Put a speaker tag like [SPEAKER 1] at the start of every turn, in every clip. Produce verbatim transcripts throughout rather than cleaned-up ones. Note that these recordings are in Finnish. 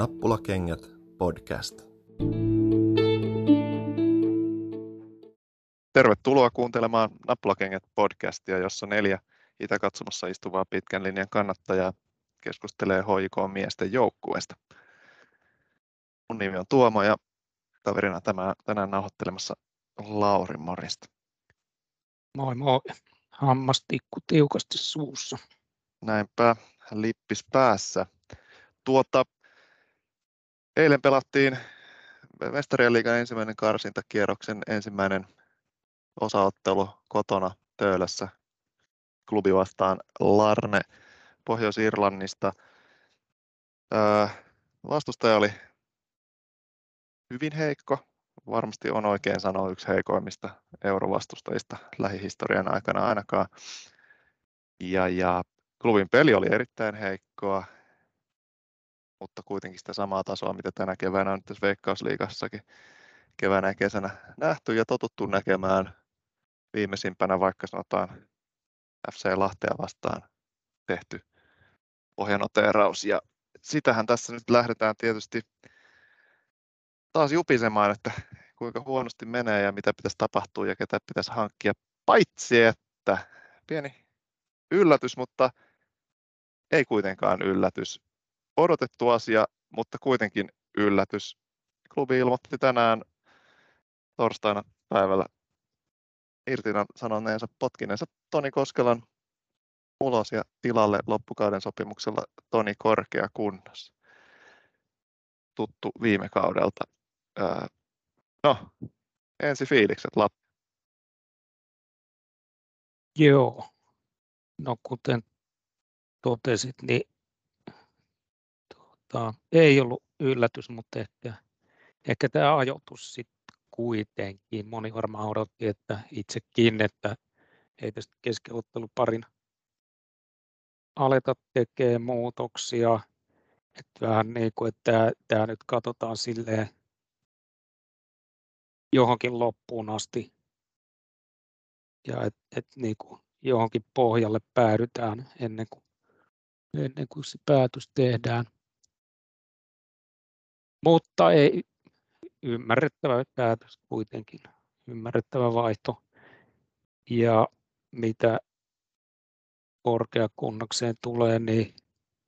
[SPEAKER 1] Nappulakengät podcast.
[SPEAKER 2] Tervetuloa kuuntelemaan Nappulakengät podcastia, jossa neljä itäkatsomassa istuvaa pitkän linjan kannattajaa keskustelee H J K-miesten joukkueesta. Mun nimi on Tuomo ja kaverina tämä, tänään nauhoittelemassa Lauri, morjesta.
[SPEAKER 3] Moi moi. Hammastikku tiukasti suussa.
[SPEAKER 2] Näinpä, lippis päässä. Tuota, eilen pelattiin Mestarien liigan ensimmäinen karsintakierroksen ensimmäinen osaottelu kotona Töölössä. Klubi vastaan Larne Pohjois-Irlannista. Öö, vastustaja oli hyvin heikko. Varmasti on oikein sanoa yksi heikoimmista eurovastustajista lähihistorian aikana ainakaan. Ja, ja klubin peli oli erittäin heikkoa, mutta kuitenkin sitä samaa tasoa, mitä tänä keväänä on nyt tässä Veikkausliigassakin keväänä ja kesänä nähty ja totuttu näkemään. Viimeisimpänä vaikka sanotaan F C Lahtea vastaan tehty ohjanoteeraus. Ja sitähän tässä nyt lähdetään tietysti taas jupisemaan, että kuinka huonosti menee ja mitä pitäisi tapahtua ja ketä pitäisi hankkia. Paitsi että pieni yllätys, mutta ei kuitenkaan yllätys. Odotettu asia, mutta kuitenkin yllätys. Klubi ilmoitti tänään torstaina päivällä irtinan sanoneensa potkineensa Toni Koskelan ulos ja tilalle loppukauden sopimuksella Toni Korkea kunnossa. Tuttu viime kaudelta. Öö, no, ensi fiilikset Lappi.
[SPEAKER 3] Joo. No kuten totesit, niin tuota, ei ollut yllätys, mutta ehkä, ehkä tämä ajoitus sitten kuitenkin. Moni varmaan odotti, että itsekin, että ei tästä keskenotteluparin aleta tekemään muutoksia. Että vähän niin kuin, että tämä, tämä nyt katsotaan silleen johonkin loppuun asti ja että et niin kuin johonkin pohjalle päädytään ennen kuin, ennen kuin se päätös tehdään. Mutta ei ymmärrettävä päätös kuitenkin, ymmärrettävä vaihto. Ja mitä Korkeakunnakseen tulee, niin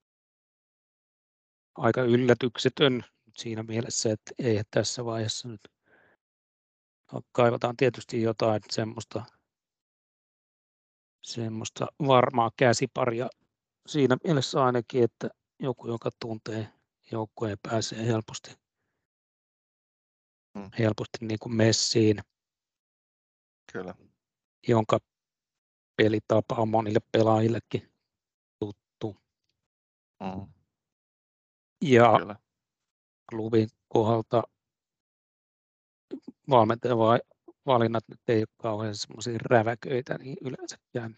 [SPEAKER 3] aika yllätyksetön siinä mielessä, että ei tässä vaiheessa nyt kaivataan tietysti jotain semmoista, semmoista varmaa käsiparia siinä mielessä ainakin, että joku, joka tuntee joukkueen, pääsee helposti,
[SPEAKER 2] Hmm.
[SPEAKER 3] helposti niin kuin messiin,
[SPEAKER 2] Kyllä.
[SPEAKER 3] jonka pelitapa on monille pelaajillekin tuttu.
[SPEAKER 2] Hmm.
[SPEAKER 3] Ja
[SPEAKER 2] Kyllä.
[SPEAKER 3] klubin kohdalta valmentajan valinnat nyt ei ole kauhean semmoisia räväköitä, niin yleensäkään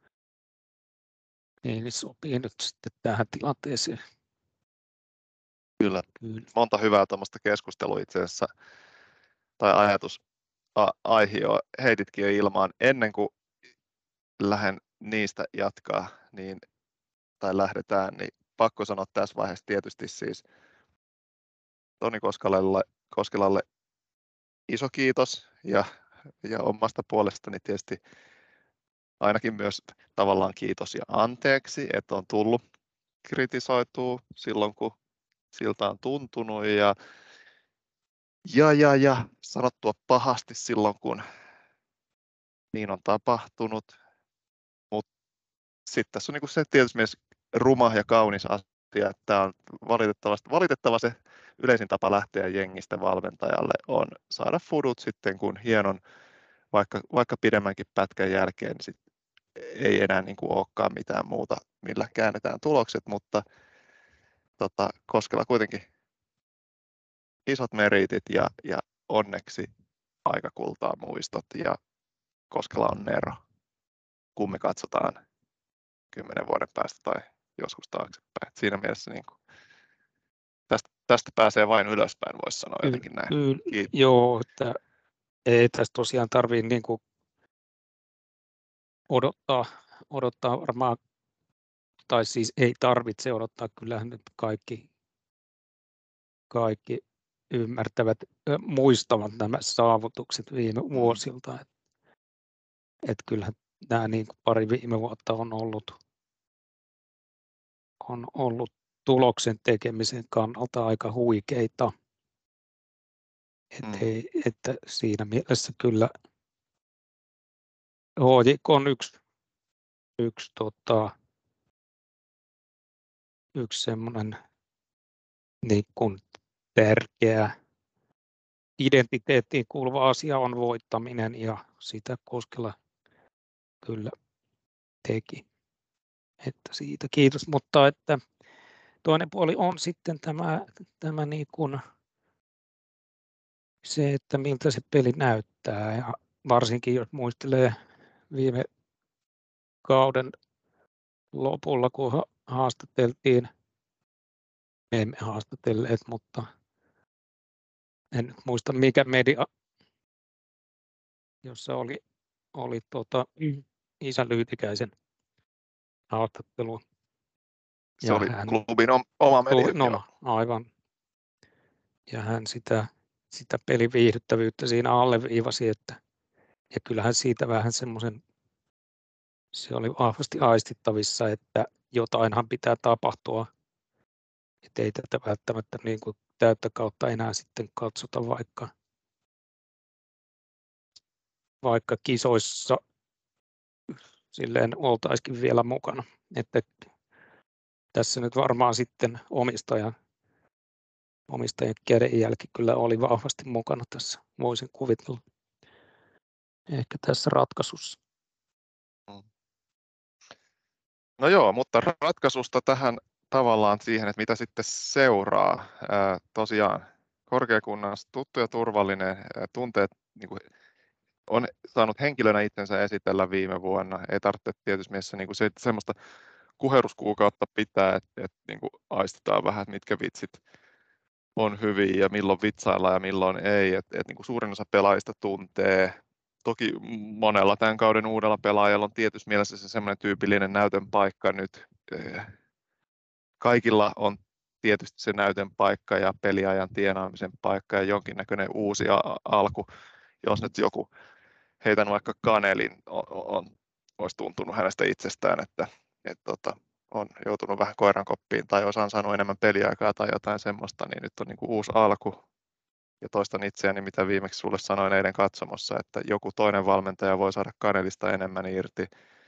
[SPEAKER 3] niin sopii nyt sitten tähän tilanteeseen.
[SPEAKER 2] Kyllä.
[SPEAKER 3] Kyllä.
[SPEAKER 2] Monta hyvää tuommoista keskustelua itse asiassa, tai ajatus aihio heititkin jo ilmaan ennen kuin lähden niistä jatkaa, niin, tai lähdetään, niin pakko sanoa tässä vaiheessa tietysti siis Toni Koskelalle, Koskelalle iso kiitos ja, ja omasta puolestani tietysti ainakin myös tavallaan kiitos ja anteeksi, että on tullut kritisoitua silloin, kun siltä on tuntunut ja, ja, ja, ja sanottua pahasti silloin, kun niin on tapahtunut. Mutta sitten tässä on niin se tietysti myös ruma ja kaunis asia, että tämä on valitettavasti, valitettava se yleisin tapa lähteä jengistä valmentajalle on saada fudut sitten, kun hienon, vaikka, vaikka pidemmänkin pätkän jälkeen, niin sit ei enää niin kuin olekaan mitään muuta, millä käännetään tulokset, mutta tota, Koskela kuitenkin isot meritit ja, ja onneksi aika kultaa muistot ja Koskela on nero, kun me katsotaan kymmenen vuoden päästä tai joskus taaksepäin. Et siinä mielessä niin kuin, tästä, tästä pääsee vain ylöspäin, voisi sanoa jotenkin näin.
[SPEAKER 3] Kyllä, joo, että ei tässä tosiaan tarvitse niin kuin odottaa, odottaa varmaan, tai siis ei tarvitse odottaa, kyllähän nyt kaikki kaikki ymmärtävät, muistavat nämä saavutukset viime vuosilta. Et, et kyllähän nämä niin kuin pari viime vuotta on ollut, on ollut tuloksen tekemisen kannalta aika huikeita. Et
[SPEAKER 2] Mm.
[SPEAKER 3] hei, että siinä mielessä kyllä H J K on yksi, yksi, tota, yksi semmoinen niin kuin tärkeä identiteettiin kuuluva asia on voittaminen, ja sitä Koskela kyllä teki. Että siitä kiitos, mutta että toinen puoli on sitten tämä, tämä niin kuin se, että miltä se peli näyttää, ja varsinkin jos muistelee viime kauden lopulla, kun haastateltiin, me emme haastatelleet, mutta en nyt muista mikä media, jossa oli, oli tuota, Isä Lyytikäisen haastattelu.
[SPEAKER 2] Se
[SPEAKER 3] Ja
[SPEAKER 2] oli
[SPEAKER 3] hän,
[SPEAKER 2] klubin oma media.
[SPEAKER 3] no, aivan. Ja hän sitä, sitä peliviihdyttävyyttä siinä alleviivasi, että ja kyllähän siitä vähän semmoisen, se oli vahvasti aistittavissa, että jotainhan pitää tapahtua, että ei tätä välttämättä niin kuin täyttä kautta enää sitten katsota, vaikka, vaikka kisoissa silleen oltaisikin vielä mukana. Että tässä nyt varmaan sitten omistajan, omistajan kädenjälki kyllä oli vahvasti mukana tässä, voisin kuvitella, ehkä tässä ratkaisussa.
[SPEAKER 2] No joo, mutta ratkaisusta tähän tavallaan siihen, että mitä sitten seuraa. Ää, tosiaan korkeakunnassa tuttu ja turvallinen, ää, tunteet niin kuin on saanut henkilönä itsensä esitellä viime vuonna. Ei tarvitse tietysti mielessä niin kuin se, semmoista kuheruskuukautta pitää, että, että niin kuin aistetaan vähän, että mitkä vitsit on hyviä ja milloin vitsaillaan ja milloin ei. Et, et niin kuin suurin osa pelaajista tuntee. Toki monella tämän kauden uudella pelaajalla on tietysti mielessä se semmoinen tyypillinen näytön paikka nyt. Kaikilla on tietysti se näytön paikka ja peliajan tienaamisen paikka ja jonkinnäköinen uusi alku. Jos nyt joku heitän vaikka Kanelin, on, on, olisi tuntunut hänestä itsestään, että, että tota, on joutunut vähän koiran koppiin tai osaan saanut enemmän peliaikaa tai jotain semmoista, niin nyt on niin kuin uusi alku. Ja toistan itseäni, mitä viimeksi sulle sanoin eilen katsomossa, että joku toinen valmentaja voi saada Kanelista enemmän irti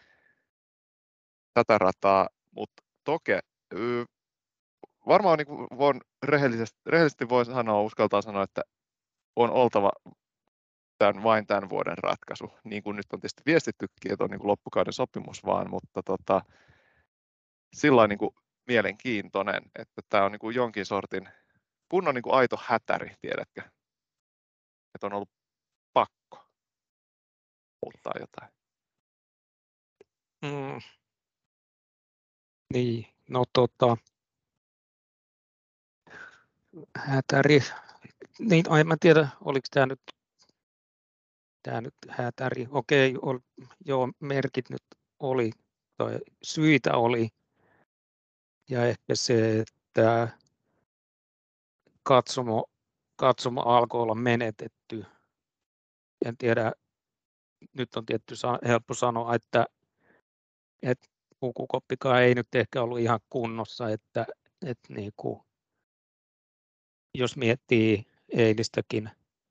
[SPEAKER 2] tätä rataa, mutta toke, varmaan niin kuin voin rehellisesti, rehellisesti voi sanoa, uskaltaa sanoa, että on oltava tämän, vain tämän vuoden ratkaisu, niin kuin nyt on tietysti viestittykin, että on niin kuin loppukauden sopimus vaan, mutta tota, sillä niin kuin mielenkiintoinen, että tämä on niin kuin jonkin sortin kunnon niin kuin aito hätäri, tiedätkö, että on ollut pakko muuttaa jotain.
[SPEAKER 3] Mm. Niin, no tota, hätäri, niin en mä tiedä, oliko tämä nyt, tämä nyt hätäri, okei, ol, joo, merkit nyt oli, tai syitä oli, ja ehkä se, että katsomo, katsomo alkoi olla menetetty. En tiedä, nyt on tietty helppo sanoa, että, että pukukoppikaan ei nyt ehkä ollut ihan kunnossa, että, että niin kuin, jos miettii eilistäkin,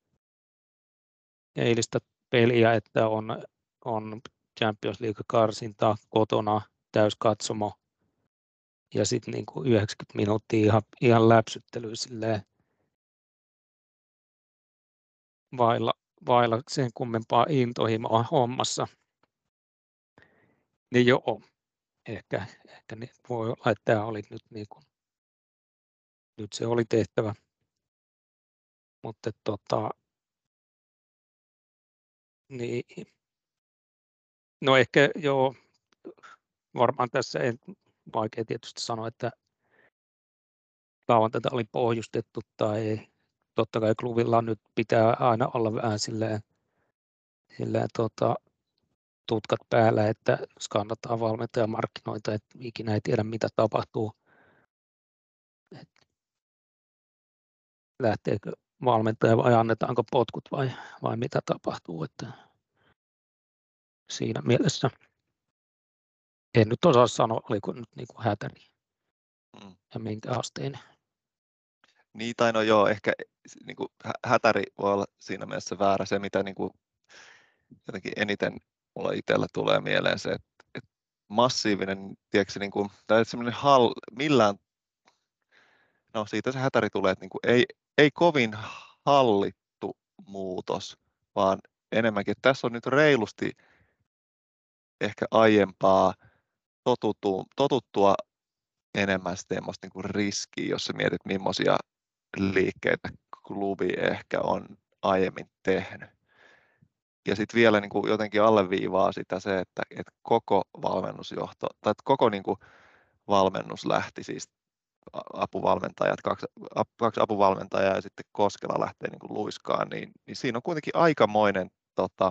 [SPEAKER 3] eilistä peliä, että on, on Champions League-karsinta kotona, täyskatsomo, ja sitten niin kuin yhdeksänkymmentä minuuttia ihan, ihan läpsyttelyä silleen, vailla, vailla sen kummempaa intohimoa hommassa. Niin joo, ehkä, ehkä niin voi olla, että tämä oli nyt, niin kuin, nyt se oli tehtävä. Mutta tota, niin, no ehkä joo, varmaan tässä en, vaikea tietysti sanoa, että kauan tätä oli pohjustettu tai ei. Totta kai klubilla nyt pitää aina olla vähän silleen, silleen tota, tutkat päällä, että skannataan valmentajamarkkinoita, että ikinä ei tiedä mitä tapahtuu. Et, lähteekö valmentaja vai annetaanko potkut vai, vai mitä tapahtuu. Että siinä mielessä en nyt osaa sanoa, oliko nyt niin kuin hätäri
[SPEAKER 2] Mm.
[SPEAKER 3] ja minkä asteinen.
[SPEAKER 2] Niin, tai no joo, ehkä niin kuin hätäri voi olla siinä mielessä väärä. Se, mitä niin kuin jotenkin eniten mulla itsellä tulee mieleen, se, että, että massiivinen, tiedätkö, niin kuin, tai semmoinen hall, millään, no siitä se hätäri tulee, että niin kuin ei, ei kovin hallittu muutos, vaan enemmänkin, että tässä on nyt reilusti ehkä aiempaa totuttua, totuttua enemmän semmoista niin kuin riskiä, jos sä mietit, millaisia liikkeitä klubi ehkä on aiemmin tehnyt. Ja sitten vielä niin kuin jotenkin alleviivaa sitä se, että, että koko valmennusjohto, tai että koko niin kuin valmennus lähti siis apuvalmentajat, kaksi, kaksi apuvalmentajaa ja sitten Koskela lähtee niin kuin luiskaan, niin, niin siinä on kuitenkin aikamoinen tota,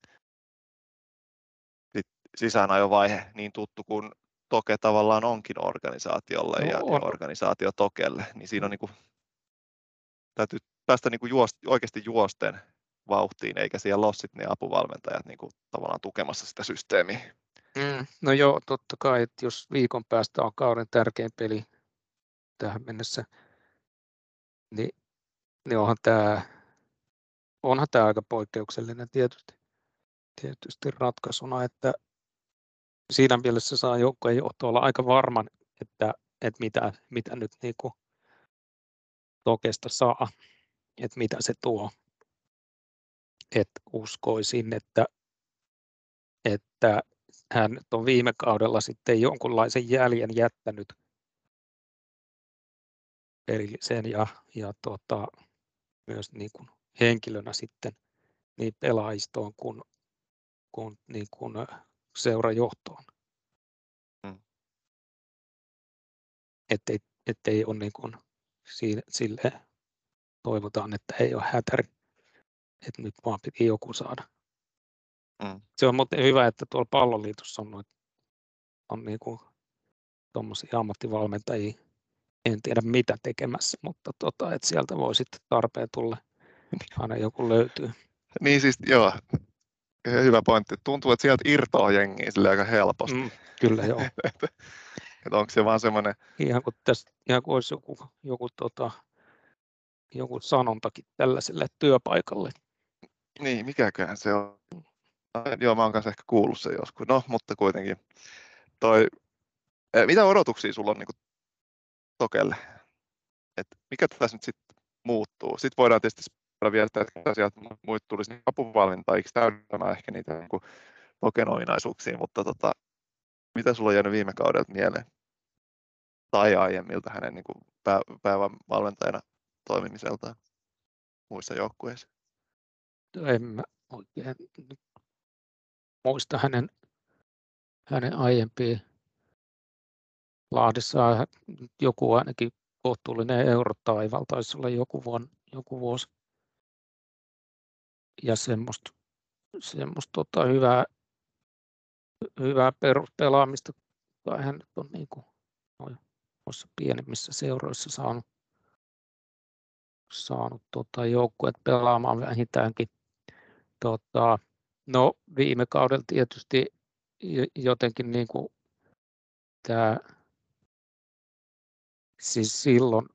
[SPEAKER 2] sisäänajovaihe niin tuttu kuin Toke tavallaan onkin organisaatiolle
[SPEAKER 3] No
[SPEAKER 2] ja, ja
[SPEAKER 3] on,
[SPEAKER 2] organisaatio Tokelle, niin siinä on niin kuin, täytyy päästä niin kuin juost, oikeasti juosten vauhtiin, eikä siellä ole sitten ne apuvalmentajat niin kuin tavallaan tukemassa sitä systeemiä.
[SPEAKER 3] mm, no joo, totta kai, että jos viikon päästä on kauden tärkein peli tähän mennessä, niin, niin onhan tämä onhan tämä aika poikkeuksellinen tietysti, tietysti ratkaisuna, että siinä mielessä saa joukkueen johto olla aika varman, että, että mitä, mitä nyt niin kuin Tokesta saa, että mitä se tuo. Että uskoisin, että, että hän nyt on viime kaudella sitten jonkunlaisen jäljen jättänyt perillisen ja, ja tota, myös niin kuin henkilönä sitten niin pelaajistoon kuin, kuin, niin kuin seurajohtoon.
[SPEAKER 2] Mm.
[SPEAKER 3] Ettei, ettei ole niin kuin siinä, sille toivotaan, että ei ole hätäri, että nyt vaan piti joku saada.
[SPEAKER 2] Mm.
[SPEAKER 3] Se on muuten hyvä, että tuolla Palloliitossa on, noit, on niin kuin tuommoisia ammattivalmentajia, en tiedä mitä tekemässä, mutta tota, että sieltä voi sitten tarpeen tulla, aina joku löytyy.
[SPEAKER 2] Niin siis joo, hyvä pointti. Tuntuu, että sieltä irtoaa jengiä sille aika helposti.
[SPEAKER 3] Mm, kyllä joo.
[SPEAKER 2] että, että onko se vaan semmoinen...
[SPEAKER 3] Ihan kuin, tästä, ihan kuin olisi joku, joku, tota, joku sanontakin tällaiselle työpaikalle.
[SPEAKER 2] Niin, mikäköhän se on? Joo, mä oon kanssa ehkä kuullut sen joskus. No, mutta kuitenkin. Toi, mitä odotuksia sulla on niin kuin Tokelle? Et mikä tässä nyt sitten muuttuu? Sitten voidaan tietysti vielä, että sieltä muut tulisi niin apuvalmentajiksi täydentämään ehkä niitä niin kuin Token ominaisuuksia, mutta tota, mitä sulla on jäänyt viime kaudelta mieleen? Tai aiemmilta hänen niin kuin pää, päävalmentajana toimimiseltaan muissa joukkueissa?
[SPEAKER 3] En mä oikein muista hänen, hänen aiempia Lahdessa joku ainakin kohtuullinen eurotaival taisi olla joku, vuon, joku vuosi. Ja semmoista, semmoista tota, hyvää, hyvää peruspelaamista, kai hän nyt on niin kuin noissa pienemmissä seuroissa saanut, saanut tota, joukkueet pelaamaan vähintäänkin. Tota, no viime kaudella tietysti jotenkin niin kuin tämä, siis silloin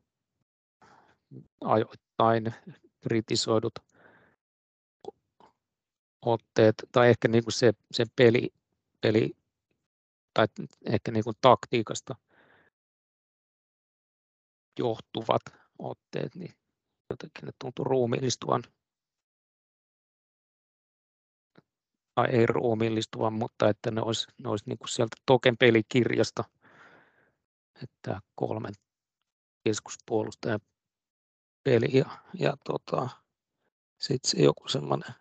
[SPEAKER 3] ajoittain kritisoidut otteet, tai ehkä niin kuin se, se peli, peli, tai ehkä niin kuin taktiikasta johtuvat otteet, niin jotenkin ne tuntui ruumiillistuvan, tai ei ruumiillistuvan, mutta että ne olisi, ne olisi niin kuin sieltä Token pelikirjasta, että kolmen keskuspuolustajan peli ja, ja tota, sitten se joku semmoinen,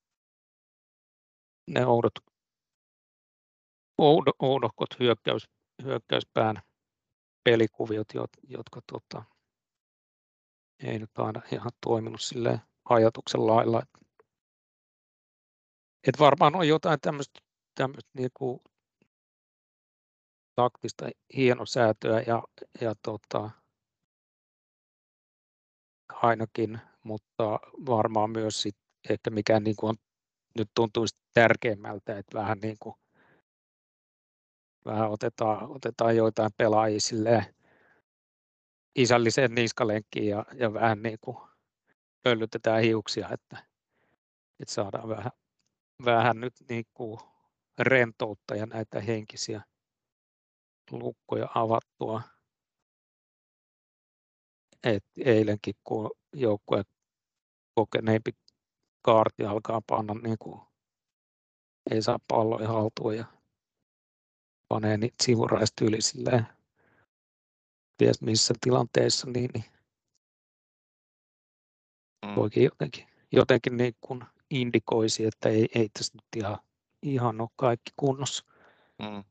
[SPEAKER 3] ne oudot, oudo, oudohkot hyökkäys, hyökkäyspään pelikuviot, jotka tota, ei nyt aina ihan toiminut silleen ajatuksen lailla. Että et varmaan on jotain tämmöistä niinku taktista hienosäätöä ja, ja tota, ainakin, mutta varmaan myös sit ehkä mikä niin kuin on, nyt tuntuisi tärkeimmältä, että vähän, niin kuin, vähän otetaan, otetaan joitain pelaajia silleen isälliseen niskalenkkiin ja, ja vähän niin kuin pöllytetään hiuksia, että, että saadaan vähän, vähän nyt niin kuin rentoutta ja näitä henkisiä lukkoja avattua. Et eilenkin, kun joukkue kokeneempi kaarti alkaa panna, niin kuin ei saa palloja haltuun ja panee niitä sivuraista yli silleen, ties missä tilanteessa, niin, niin
[SPEAKER 2] Mm.
[SPEAKER 3] voikin jotenkin, jotenkin niin kuin indikoisi, että ei, ei tässä nyt ihan, ihan ole kaikki kunnossa.
[SPEAKER 2] Mm.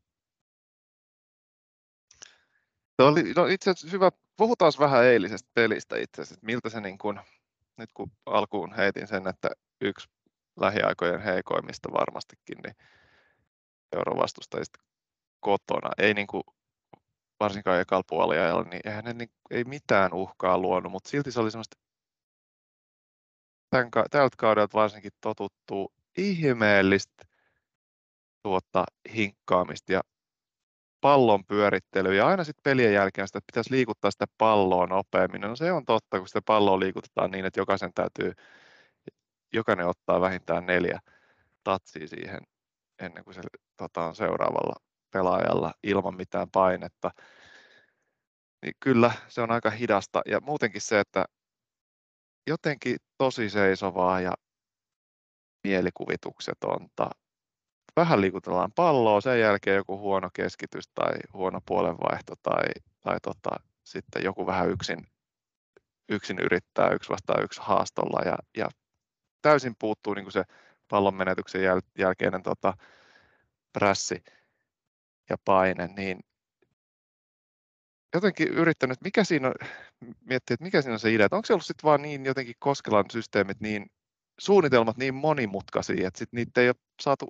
[SPEAKER 2] Se oli, no itse asiassa hyvä, puhutaan vähän eilisestä pelistä itse asiassa, että miltä se niin kuin, nyt kun alkuun heitin sen, että yksi lähiaikojen heikoimmista varmastikin, niin eurovastustajista kotona, ei niin kuin, varsinkaan ekalla puoliajalla, niin eihän ne niin, ei mitään uhkaa luonut, mutta silti se oli semmoista tämän, tältä kaudelta varsinkin totuttuu ihmeellistä tuota hinkkaamista ja pallon pyörittelyä ja aina sitten pelien jälkeen sitä, että pitäisi liikuttaa sitä palloa nopeammin. No se on totta, kun sitä palloa liikutetaan niin, että jokaisen täytyy, jokainen ottaa vähintään neljä tatsia siihen ennen kuin se tota, on seuraavalla pelaajalla ilman mitään painetta. Niin kyllä se on aika hidasta ja muutenkin se, että jotenkin tosi seisovaa ja mielikuvituksetonta. Vähän liikutellaan palloa, sen jälkeen joku huono keskitys tai huono puolenvaihto tai, tai tota, sitten joku vähän yksin, yksin yrittää yksi vastaan yksi haastolla ja, ja täysin puuttuu niin kuin se pallon menetyksen jäl, jälkeinen tota, prässi ja paine, niin jotenkin yrittänyt, mikä siinä on, miettiä, että mikä siinä on se idea, että onko se ollut sitten vaan niin jotenkin Koskelan systeemit niin, suunnitelmat niin monimutkaisia, että sit niitä ei ole saatu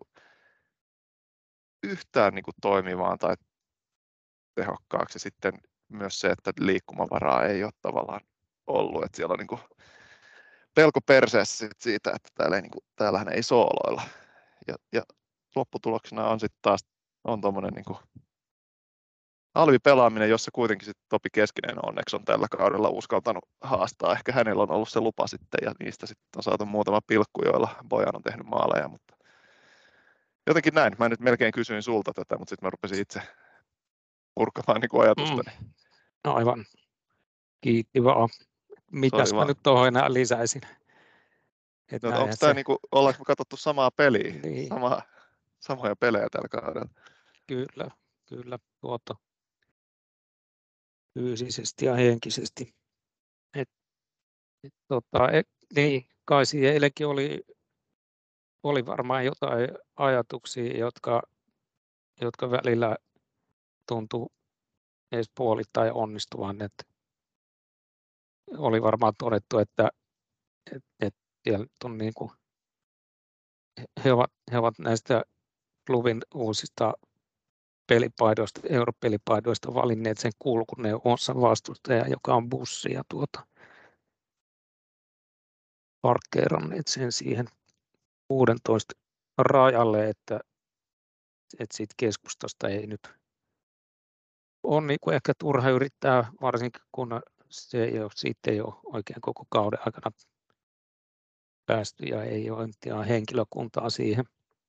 [SPEAKER 2] yhtään niin kuin toimimaan tai tehokkaaksi. Sitten myös se, että liikkumavaraa ei ole tavallaan ollut, että siellä on niin kuin pelko perseessä siitä, että täällä ei, niin kuin, täällähän ei sooloilla. Ja, ja lopputuloksena on sitten taas on tuommoinen niin alvipelaaminen, jossa kuitenkin sit Topi Keskinen onneksi on tällä kaudella uskaltanut haastaa. Ehkä hänellä on ollut se lupa sitten ja niistä sitten on saatu muutama pilkku, joilla Bojan on tehnyt maaleja, mutta jotenkin näin. Mä nyt melkein kysyin sulta tätä, mutta sitten mä rupesin itse purkamaan niin kuin ajatustani.
[SPEAKER 3] Mm, aivan. Kiitti vaan. Mitäs mä nyt tuohon enää lisäisin?
[SPEAKER 2] No, onko tämä, se... niinku, ollaanko me katsottu samaa peliä, niin. Sama, samoja pelejä tällä kaudella?
[SPEAKER 3] Kyllä, kyllä, tuota, fyysisesti ja henkisesti. Et, et, tota, et, niin, kai eilenkin oli, oli varmaan jotain ajatuksia, jotka, jotka välillä tuntuu edes puolittain onnistuvan. Et oli varmaan todettu, että et, et siellä on niin kuin, he, ovat, he ovat näistä klubin uusista pelipaidoista, europelipaidoista valinneet sen kulkuneuvonsa vastustaja, joka on bussi, ja tuota, parkkeeranneet sen siihen kuusitoista rajalle, että, että siitä keskustasta ei nyt on niin kuin ehkä turha yrittää, varsinkin kun se ei ole, siitä ei ole oikein koko kauden aikana päästy ja ei ole ihan henkilökuntaa siihen.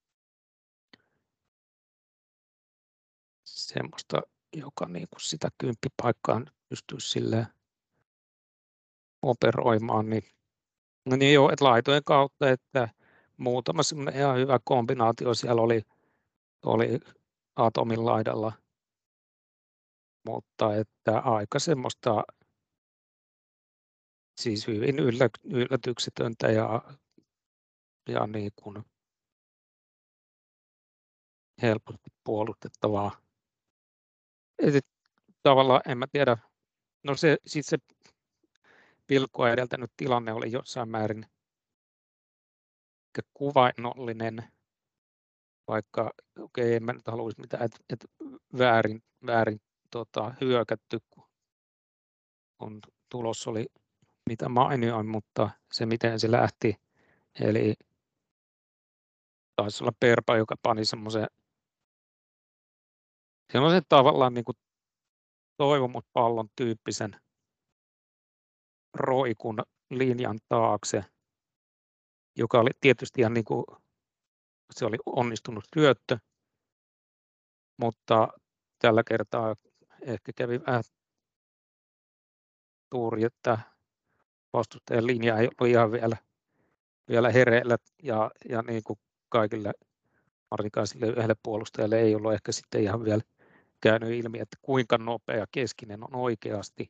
[SPEAKER 3] Semmoista, joka niin kuin sitä kymppipaikkaa pystyisi silleen operoimaan, niin, no niin joo, että laitojen kautta, että muutama semmoinen ihan hyvä kombinaatio siellä oli, oli Atomin laidalla, mutta että aika semmoista siis hyvin yllä, yllätyksetöntä ja, ja niin kuin helposti puolustettavaa. Et tavallaan en mä tiedä, no se, sit se pilkkoa edeltänyt tilanne oli jossain määrin kuvainnollinen, vaikka okei, okay, en mä nyt haluaisi mitään, että et väärin, väärin tota, hyökätty, kun tulos oli mitä mainioin, mutta se miten se lähti, eli taisi olla Perpa, joka pani semmoisen semmoisen tavallaan niin kuin toivomuspallon tyyppisen roikun linjan taakse, joka oli tietysti ihan niin kuin, se oli onnistunut syöttö, mutta tällä kertaa ehkä kävi vähän tuuri, että vastustajan linja ei ollut ihan vielä, vielä hereillä ja, ja niin kuin kaikille marikaisille yhdelle puolustajalle ei ollut ehkä sitten ihan vielä käynyt ilmi, että kuinka nopea Keskinen on oikeasti,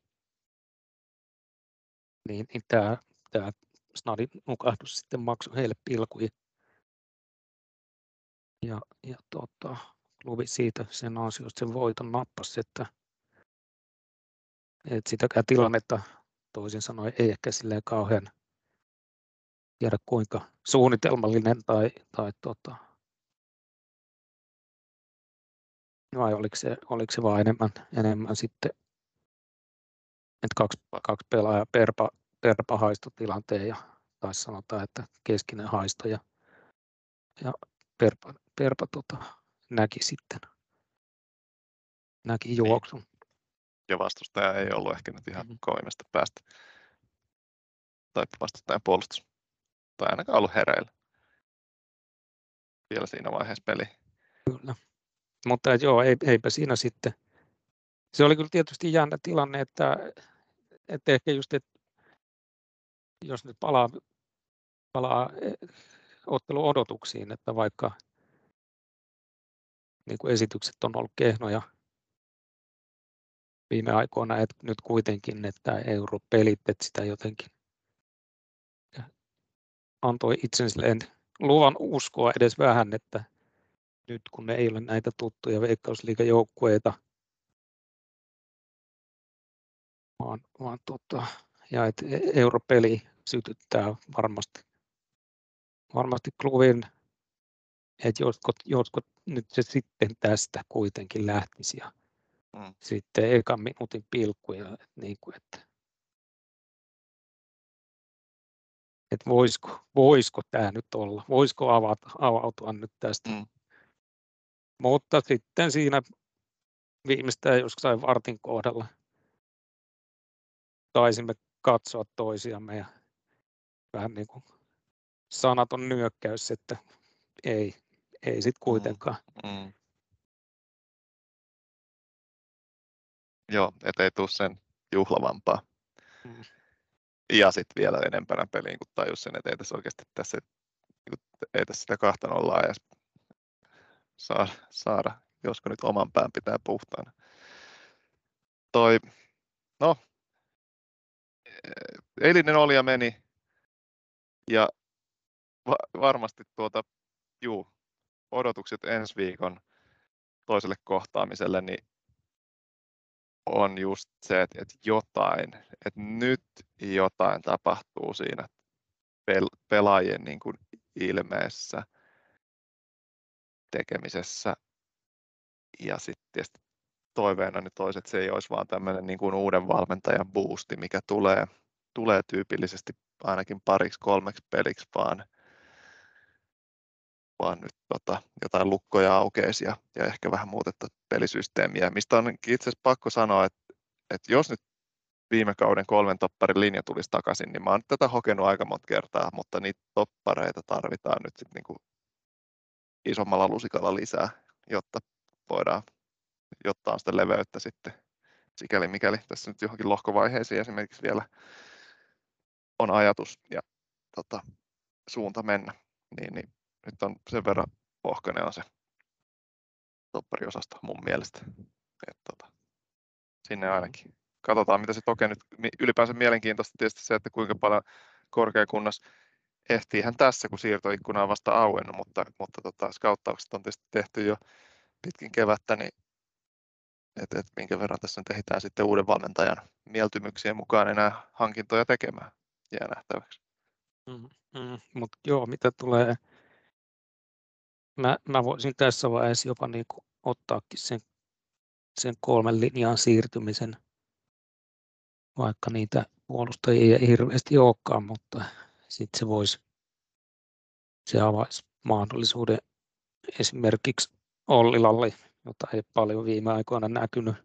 [SPEAKER 3] niin, niin tämä, tämä snadin nukahdus sitten maksoi heille pilkuja. Ja, ja tota, klubi siitä sen ansiosta sen voiton nappasi, että, että sitäkään tilannetta toisin sanoen ei ehkä silleen kauhean tiedä kuinka suunnitelmallinen tai, tai tota, vai oliko se, oliko se vaan enemmän, enemmän sitten, että kaksi, kaksi pelaajaa Perpa, Perpa haistoi tilanteen ja taisi sanotaan, että Keskinen haistoi ja, ja Perpa, Perpa tota, näki sitten, näki juoksun.
[SPEAKER 2] Niin. Ja vastustaja ei ollut ehkä nyt ihan
[SPEAKER 3] Mm-hmm.
[SPEAKER 2] koimesta päästä. Tai vastustajan puolustus. Tai ainakaan ollut hereillä. Vielä siinä vaiheessa peli.
[SPEAKER 3] Kyllä. Mutta joo, eipä siinä sitten. Se oli kyllä tietysti jännä tilanne, että, että ehkä just, että jos nyt palaa, palaa ottelun odotuksiin, että vaikka niin kuin esitykset on ollut kehnoja viime aikoina, että nyt kuitenkin, että europelit, että sitä jotenkin antoi itselleen luvan uskoa edes vähän, että nyt kun ne ei ole näitä tuttuja veikkausliigajoukkueita, vaan, vaan tota, ja että europeli sytyttää varmasti, varmasti klubin, että jotkut, jotkut nyt se sitten tästä kuitenkin lähtisi ja mm. sitten ekan minuutin pilkkuja, niin kuin, että, että voisiko, voisiko tämä nyt olla, voisiko avata, avautua nyt tästä. Mm. Mutta sitten siinä viimeistään jossain vartin kohdalla taisimme katsoa toisiamme ja vähän niin kuin sanaton nyökkäys, että ei, ei sitten kuitenkaan. Mm. Mm.
[SPEAKER 2] Joo, ettei tule sen juhlavampaa. Mm. Ja sitten vielä enempänä peliin, kun tajus sen, että ei tässä oikeasti tässä, ei tässä sitä kahta nollaa edes saada, saada, josko nyt oman pään pitää puhtaana. Toi, no, eilinen oli ja meni, ja va- varmasti tuota, juu, odotukset ensi viikon toiselle kohtaamiselle, niin on just se, että, että jotain, että nyt jotain tapahtuu siinä pel- pelaajien niin kuin ilmeessä, tekemisessä. Ja sitten tietysti toiveena niin toiset se ei olisi vaan tämmöinen niin kuin uuden valmentajan boosti, mikä tulee, tulee tyypillisesti ainakin pariksi kolmeksi peliksi, vaan, vaan nyt tota, jotain lukkoja aukeisi ja, ja ehkä vähän muutetta pelisysteemiä, mistä on itse asiassa pakko sanoa, että, että jos nyt viime kauden kolmen topparin linja tulisi takaisin, niin mä oon tätä hokenut aika monta kertaa, mutta niitä toppareita tarvitaan nyt sitten niin kuin isommalla lusikalla lisää, jotta voidaan, jotta on sitä leveyttä sitten sikäli mikäli tässä nyt johonkin lohkovaiheisiin esimerkiksi vielä on ajatus ja tota, suunta mennä, niin, niin nyt on sen verran ohkainen on se toppariosasto mun mielestä, että tota, sinne ainakin. Katsotaan, mitä se toki nyt ylipäänsä mielenkiintoista tietysti se, että kuinka paljon korkeakunnas ehtiihän tässä, kun siirtoikkuna on vasta auennut, mutta, mutta tota, skauttaukset on tietysti tehty jo pitkin kevättä, niin että et minkä verran tässä nyt ehditään sitten uuden valmentajan mieltymyksien mukaan enää hankintoja tekemään, jää nähtäväksi.
[SPEAKER 3] Mm, mm, mutta joo, mitä tulee, mä, mä voisin tässä vaiheessa jopa niin kuin ottaakin sen, sen kolmen linjaan siirtymisen, vaikka niitä puolustajia ei hirveästi olekaan, mutta sitten se voisi, se avaisi mahdollisuuden esimerkiksi Ollilalle, jota ei paljon viime aikoina näkynyt.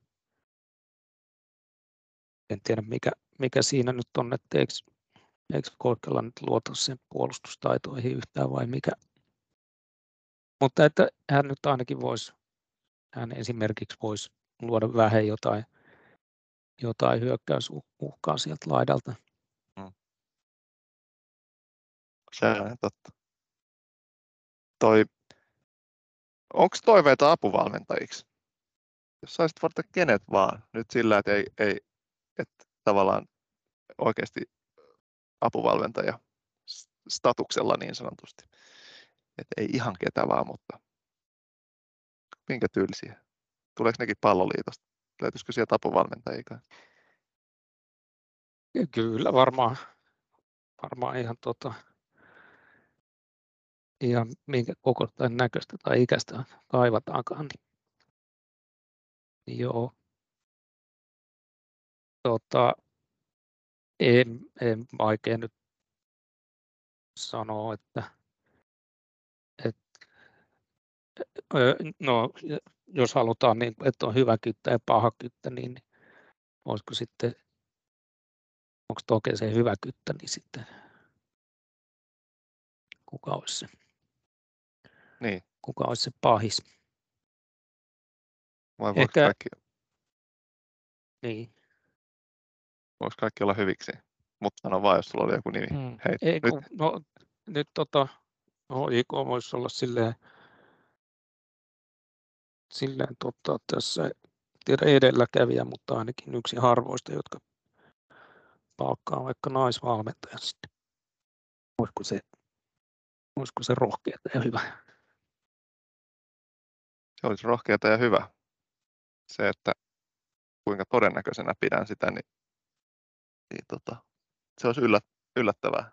[SPEAKER 3] En tiedä mikä, mikä siinä nyt on, että eikö, eikö Koikela nyt luota sen puolustustaitoihin yhtään vai mikä. Mutta että hän nyt ainakin voisi, hän esimerkiksi voisi luoda vähän jotain, jotain hyökkäysuhkaa sieltä laidalta.
[SPEAKER 2] Mm. Se on totta. Toi, onko toiveita apuvalmentajiksi? Jos saisit varten kenet vaan, nyt sillä, että ei, ei että tavallaan oikeasti apuvalmentaja statuksella niin sanotusti. Että ei ihan ketä vaan, mutta minkä tyylisiä? Tuleeko nekin palloliitosta? Löytyisikö sieltä apuvalmentajia?
[SPEAKER 3] Ja kyllä varmaan, varmaan ihan, tota, ihan minkä kokoista näköistä tai ikäistä kaivataankaan. Niin, niin joo. Tota, en, en vaikea nyt sanoa, että, että no, jos halutaan, niin, että on hyvä kyttä ja paha kyttä, niin olisiko sitten, onko toki se hyvä kyttä, niin sitten kuka olisi se,
[SPEAKER 2] Niin.
[SPEAKER 3] kuka olisi se pahis.
[SPEAKER 2] Vai voiko
[SPEAKER 3] Ehkä,
[SPEAKER 2] kaikki,
[SPEAKER 3] niin.
[SPEAKER 2] voiko kaikki olla hyviksi? Mutta sano vaan, jos sulla oli joku nimi.
[SPEAKER 3] Mm.
[SPEAKER 2] Hei,
[SPEAKER 3] Ei,
[SPEAKER 2] nyt.
[SPEAKER 3] kun, no, nyt tota, H J K voisi olla silleen, silleen tota, tässä tiedä edelläkävijä, mutta ainakin yksi harvoista, jotka palkkaa vaikka naisvalmentajan sitten. Olisiko se, olisiko se rohkeata ja hyvä?
[SPEAKER 2] Se olisi rohkeata ja hyvä. Se, että kuinka todennäköisenä pidän sitä, niin, niin tota, se olisi yllät, yllättävää.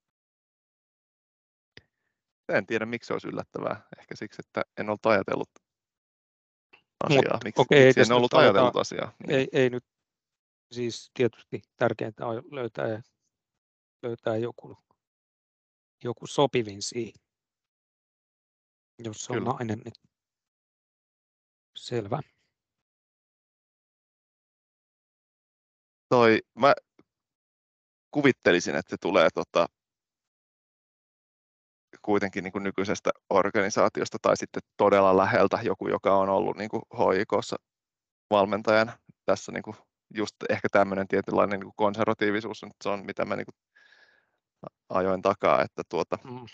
[SPEAKER 2] En tiedä, miksi se olisi yllättävää. Ehkä siksi, että en ollut ajatellut asiaa.
[SPEAKER 3] Mut,
[SPEAKER 2] Miksi,
[SPEAKER 3] okei,
[SPEAKER 2] miksi en
[SPEAKER 3] jos nyt
[SPEAKER 2] ollut
[SPEAKER 3] aletaan,
[SPEAKER 2] ajatellut asiaa? Niin.
[SPEAKER 3] ei, ei nyt, siis tietysti tärkeintä on löytää, löytää joku, joku sopivin siihen. Jos se on
[SPEAKER 2] Kyllä.
[SPEAKER 3] nainen, niin selvä.
[SPEAKER 2] Toi, mä kuvittelisin, että se tulee tota, kuitenkin niin kuin nykyisestä organisaatiosta tai sitten todella läheltä joku, joka on ollut niin kuin H I K:ssa valmentajana. Tässä niin kuin just ehkä tämmöinen tietynlainen niin kuin konservatiivisuus, se on mitä mä niin kuin ajoin takaa, että tuota,
[SPEAKER 3] Mm.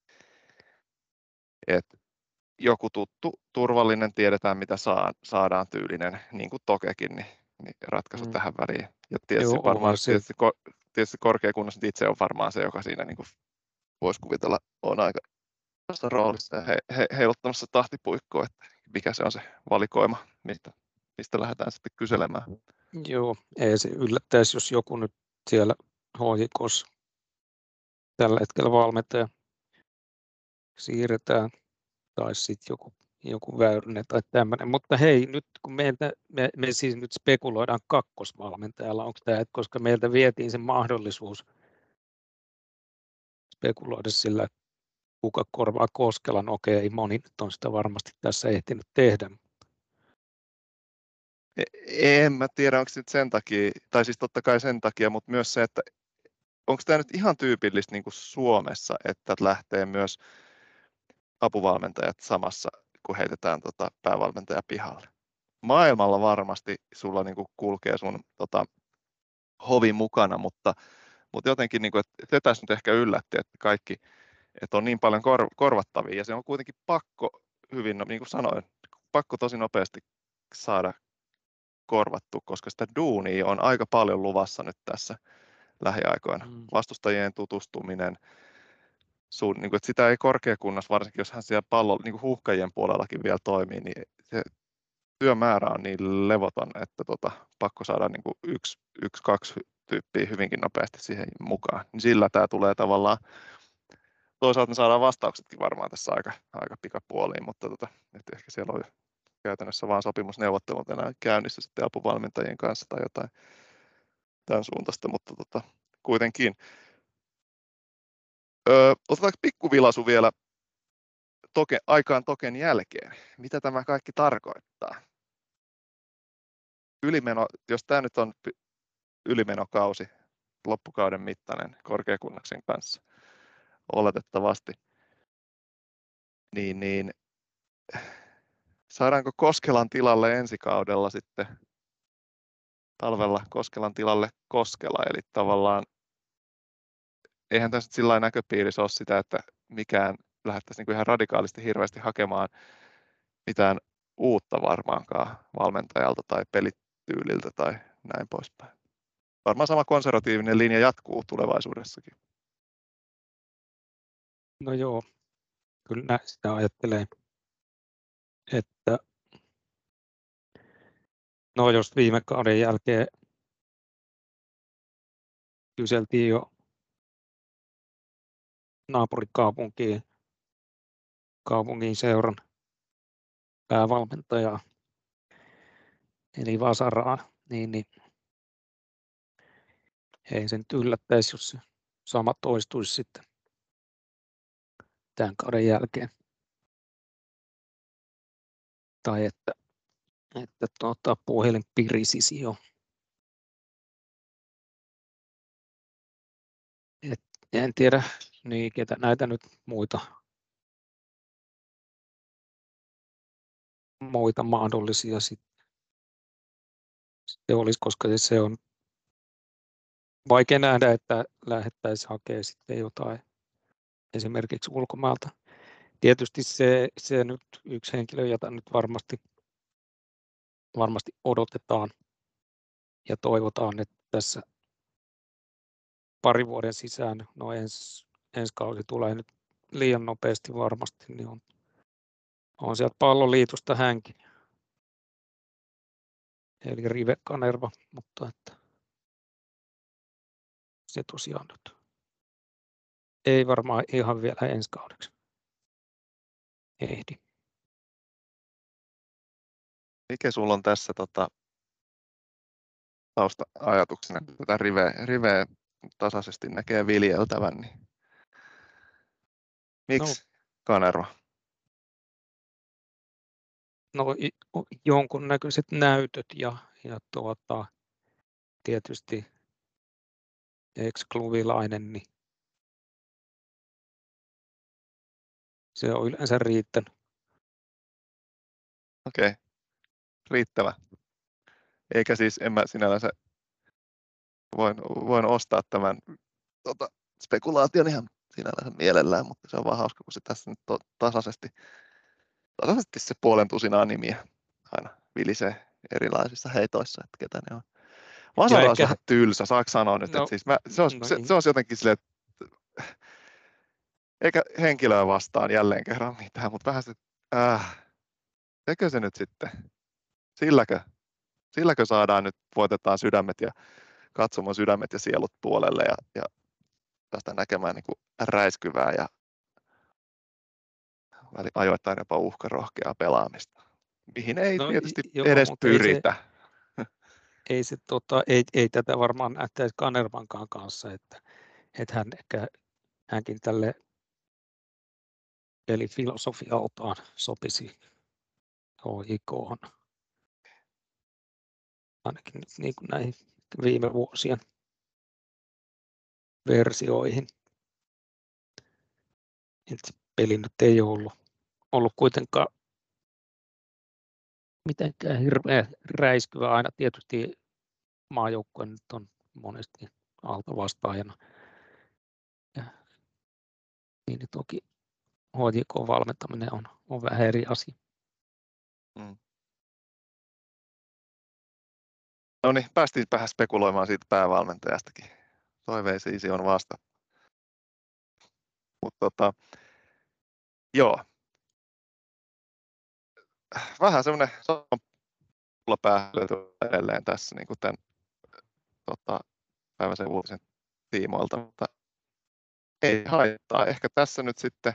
[SPEAKER 2] et joku tuttu, turvallinen, tiedetään mitä saa, saadaan tyylinen, niin kuin Tokekin, niin, niin ratkaisu
[SPEAKER 3] Mm.
[SPEAKER 2] tähän väliin. Ja tietysti
[SPEAKER 3] Joo,
[SPEAKER 2] varmaan
[SPEAKER 3] se,
[SPEAKER 2] tietysti, tietysti korkeakunnassa itse on varmaan se, joka siinä niin kuin voisi kuvitella on aika tuossa roolissa ja he, he, heiluttamassa tahtipuikkoa, että mikä se on se valikoima, mistä, mistä lähdetään sitten kyselemään.
[SPEAKER 3] joo, ei se yllättäisi, jos joku nyt siellä H J K:ssa tällä hetkellä valmentaja siirretään tai sitten joku, joku Väyrynen tai tämmöinen. Mutta hei, nyt kun meiltä, me, me siis nyt spekuloidaan kakkosvalmentajalla, onko tämä, että koska meiltä vietiin se mahdollisuus spekuloida sillä, kuka korvaa Koskelan, okei, moni nyt on sitä varmasti tässä ehtinyt tehdä.
[SPEAKER 2] En mä tiedä, onko se nyt sen takia, tai siis totta kai sen takia, mutta myös se, että onko tämä nyt ihan tyypillistä niin kuin Suomessa, että lähtee myös apuvalmentajat samassa, kun heitetään tota päävalmentaja pihalle. Maailmalla varmasti sulla niin kuin kulkee sun tota, hovi mukana, mutta, mutta jotenkin niin kuin, että se tässä nyt ehkä yllätti, että kaikki, että on niin paljon kor, korvattavia ja se on kuitenkin pakko hyvin, no, niin kuin sanoin, pakko tosi nopeasti saada korvattu, koska sitä duunia on aika paljon luvassa nyt tässä lähiaikoina.
[SPEAKER 3] Mm.
[SPEAKER 2] Vastustajien tutustuminen, sun, niin kuin, että sitä ei korkeakunnassa, varsinkin jos hän siellä pallon niin kuin huuhkajien puolellakin vielä toimii, niin se työmäärä on niin levoton, että tota, pakko saada niin kuin yksi, yksi, kaksi tyyppiä hyvinkin nopeasti siihen mukaan. Niin sillä tämä tulee tavallaan, toisaalta me saadaan vastauksetkin varmaan tässä aika, aika pikapuoliin, mutta tota, että ehkä siellä on käytännössä vain sopimusneuvottelut enää käynnissä sitten apuvalmentajien kanssa tai jotain, tämän suuntaista, mutta tota, kuitenkin. Öö, otetaanko pikkuvilasu vielä toke, aikaan token jälkeen? Mitä tämä kaikki tarkoittaa? Ylimeno, jos tämä nyt on ylimenokausi, loppukauden mittainen Korkeakunnaksen kanssa oletettavasti, niin, niin saadaanko Koskelan tilalle ensi kaudella sitten talvella Koskelan tilalle Koskela, eli tavallaan eihän tässä sillä lailla näköpiirissä ole sitä, että mikään lähdettäisiin niin ihan radikaalisti hirveästi hakemaan mitään uutta varmaankaan valmentajalta tai pelityyliltä tai näin poispäin. Varmaan sama konservatiivinen linja jatkuu tulevaisuudessakin.
[SPEAKER 3] No joo, kyllä näin sitä ajattelee, että no jos viime kauden jälkeen kyseltiin jo naapurikaupunkiin kaupungin seuran päävalmentajaa, eli Vasaraa, niin, niin ei sen yllättäisi, jos se sama toistuisi sitten tämän kauden jälkeen. Tai että, että tuota, puhelin pirisisi jo. Et, en tiedä, niin ketä näitä nyt muita, muita mahdollisia sitten se olisi, koska se on vaikea nähdä, että lähdettäisiin hakemaan sitten jotain esimerkiksi ulkomailta. Tietysti se, se nyt yksi henkilö, jota nyt varmasti, varmasti odotetaan ja toivotaan, että tässä parin vuoden sisään, no ensi, ensi kausi tulee nyt liian nopeasti varmasti, niin on, on sieltä Palloliitosta hänkin. Eli Rive Kanerva, mutta että se tosiaan nyt ei varmaan ihan vielä ensi kaudeksi ehdi.
[SPEAKER 2] Mikä sulla on tässä tota, tausta-ajatuksena, kun tätä riveä, riveä tasaisesti näkee viljeltävän, niin miksi no, Kanerva?
[SPEAKER 3] No jonkunnäköiset näytöt ja, ja tuota, tietysti ex-klubilainen, niin se on yleensä riittänyt.
[SPEAKER 2] Okei, okay. Riittävä. Eikä siis, en mä sinällänsä voin, voin ostaa tämän tota, spekulaation ihan sinällänsä mielellään, mutta se on vaan hauska, kun se tässä nyt on tasaisesti, tasaisesti se puolen tusinaa nimiä aina vilisee erilaisissa heitoissa, että ketä ne on. Vasara olisi vähän tylsä, saako sanoa nyt, no, että siis mä, se, olisi, no se, se olisi jotenkin silleen, että eikä henkilöä vastaan jälleen kerran mitään, mutta vähän se, äh, tekö se nyt sitten, silläkö, silläkö saadaan nyt, voitetaan sydämet ja katsomaan sydämet ja sielut puolelle ja, ja päästään näkemään niin kuin räiskyvää ja ajoittain jopa uhkarohkeaa pelaamista, mihin ei no, tietysti joo, edes pyritä.
[SPEAKER 3] Ei, se, ei, se, tota, ei, ei tätä varmaan nähtäisi Kanervankaan kanssa, että, että hän ehkä, hänkin tälle pelifilosofialtaan sopisi H J K:hon. Ainakin nyt niin kuin näihin viime vuosien versioihin. Et peli nyt ei ollut, ollut kuitenkaan mitenkään hirveän räiskyvä. Aina tietysti maajoukkue nyt on monesti alta vastaajana. Ja, niin toki H J K-valmentaminen on, on vähän eri asia.
[SPEAKER 2] Mm. No niin, päästiin vähän spekuloimaan siitä päävalmentajastakin. Toiveisiisi on vasta. Mutta tota, joo. Vähän semmoinen päähylety edelleen tässä niin kuin tämän tota, päiväisen uutisen tiimoilta, mutta ei haittaa. Ehkä tässä nyt sitten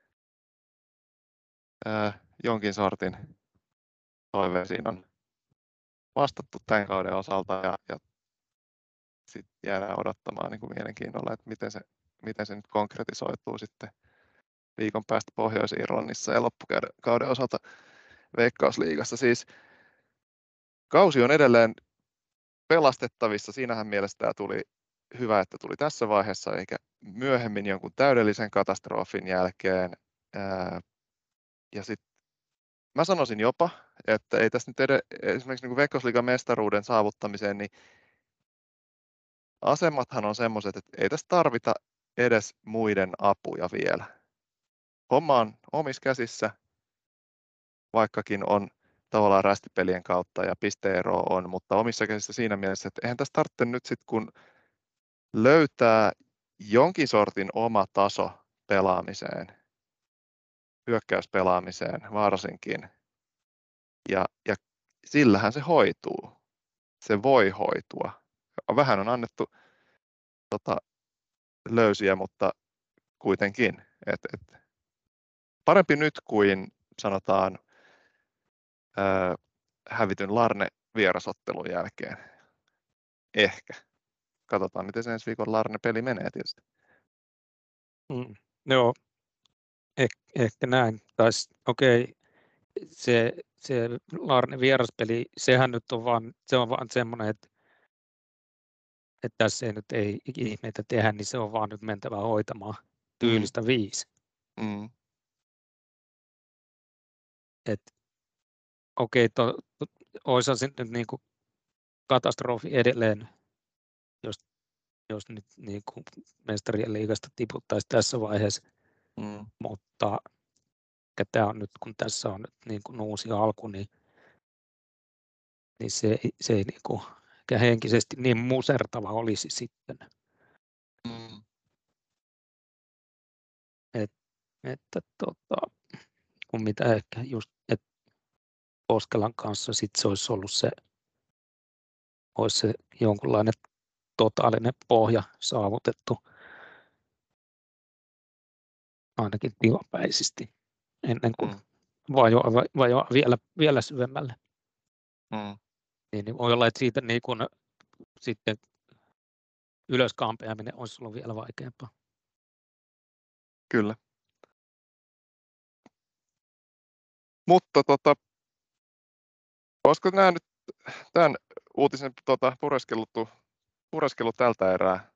[SPEAKER 2] ää, jonkin sortin toiveisiin on vastattu tämän kauden osalta ja, ja sit jäädään odottamaan niin kuin mielenkiinnolla, että miten se, miten se nyt konkretisoituu sitten viikon päästä Pohjois-Irlannissa ja loppukauden osalta Veikkausliigassa. Siis kausi on edelleen pelastettavissa. Siinähän mielessä tämä tuli hyvä, että tuli tässä vaiheessa, eikä myöhemmin jonkun täydellisen katastrofin jälkeen. Ää, ja sitten mä sanoisin jopa, että ei tässä nyt ed- esimerkiksi niin Veikkausliigan mestaruuden saavuttamiseen, niin asemathan on semmoiset, että ei tässä tarvita edes muiden apuja vielä. Homma on omissa käsissä, vaikkakin on tavallaan rästipelien kautta ja pisteero on, mutta omissa käsissä siinä mielessä, että eihän tässä tarvitse nyt sitten kun löytää jonkin sortin oma taso pelaamiseen, hyökkäyspelaamiseen varsinkin, ja, ja sillähän se hoituu. Se voi hoitua. Vähän on annettu tota, löysiä, mutta kuitenkin. Et, et, parempi nyt kuin sanotaan ää, hävityn Larne vierasottelun jälkeen. Ehkä. Katsotaan, miten se ensi viikon Larne-peli menee tietysti.
[SPEAKER 3] Mm, joo, eh, ehkä näin. Okei, okay. se, se Larne vieraspeli, sehän nyt on vaan, se on vaan semmoinen, että, että tässä ei nyt ei ihmeitä tehdä, niin se on vaan nyt mentävä hoitamaan tyylistä mm. viisi.
[SPEAKER 2] Mm.
[SPEAKER 3] Että okei, okay, olisihan se nyt niin kuin katastrofi edelleen, jos, jos nyt niin kuin mestarien liigasta tiputtaisi tässä vaiheessa,
[SPEAKER 2] mm.
[SPEAKER 3] mutta tämä on nyt, kun tässä on nyt niin kuin uusi alku, niin, niin se, se ei niin kuin henkisesti niin musertava olisi sitten.
[SPEAKER 2] Mm.
[SPEAKER 3] Et, että tota, kun mitä ehkä just, että Koskelan kanssa sit se olisi ollut se, olisi se jonkunlainen totaalinen pohja saavutettu ainakin tilapäisesti ennen kuin mm. vajoaa, vajoaa vielä, vielä syvemmälle.
[SPEAKER 2] Mm.
[SPEAKER 3] Niin, niin voi olla, että siitä niin kun, sitten ylöskampeaminen olisi ollut vielä vaikeampaa.
[SPEAKER 2] Kyllä. Mutta tota, olisiko nämä nyt tämän uutisen tota, pureskeluttu, pureskelu tältä erää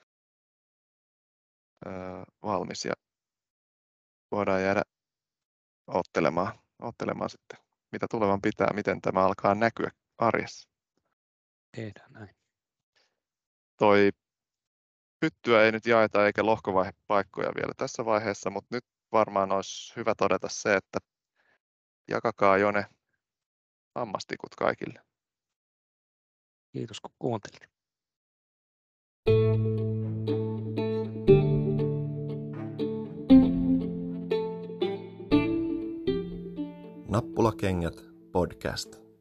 [SPEAKER 2] öö, valmis ja voidaan jäädä ottelemaan, ottelemaan sitten, mitä tulevan pitää, miten tämä alkaa näkyä arjessa.
[SPEAKER 3] Tehdään näin.
[SPEAKER 2] Toi pyttyä ei nyt jaeta eikä lohkovaihepaikkoja vielä tässä vaiheessa, mutta nyt varmaan olisi hyvä todeta se, että jakakaa jo ne hammastikut kaikille.
[SPEAKER 3] Kiitos kun kuuntelit.
[SPEAKER 1] Nappulakengät podcast.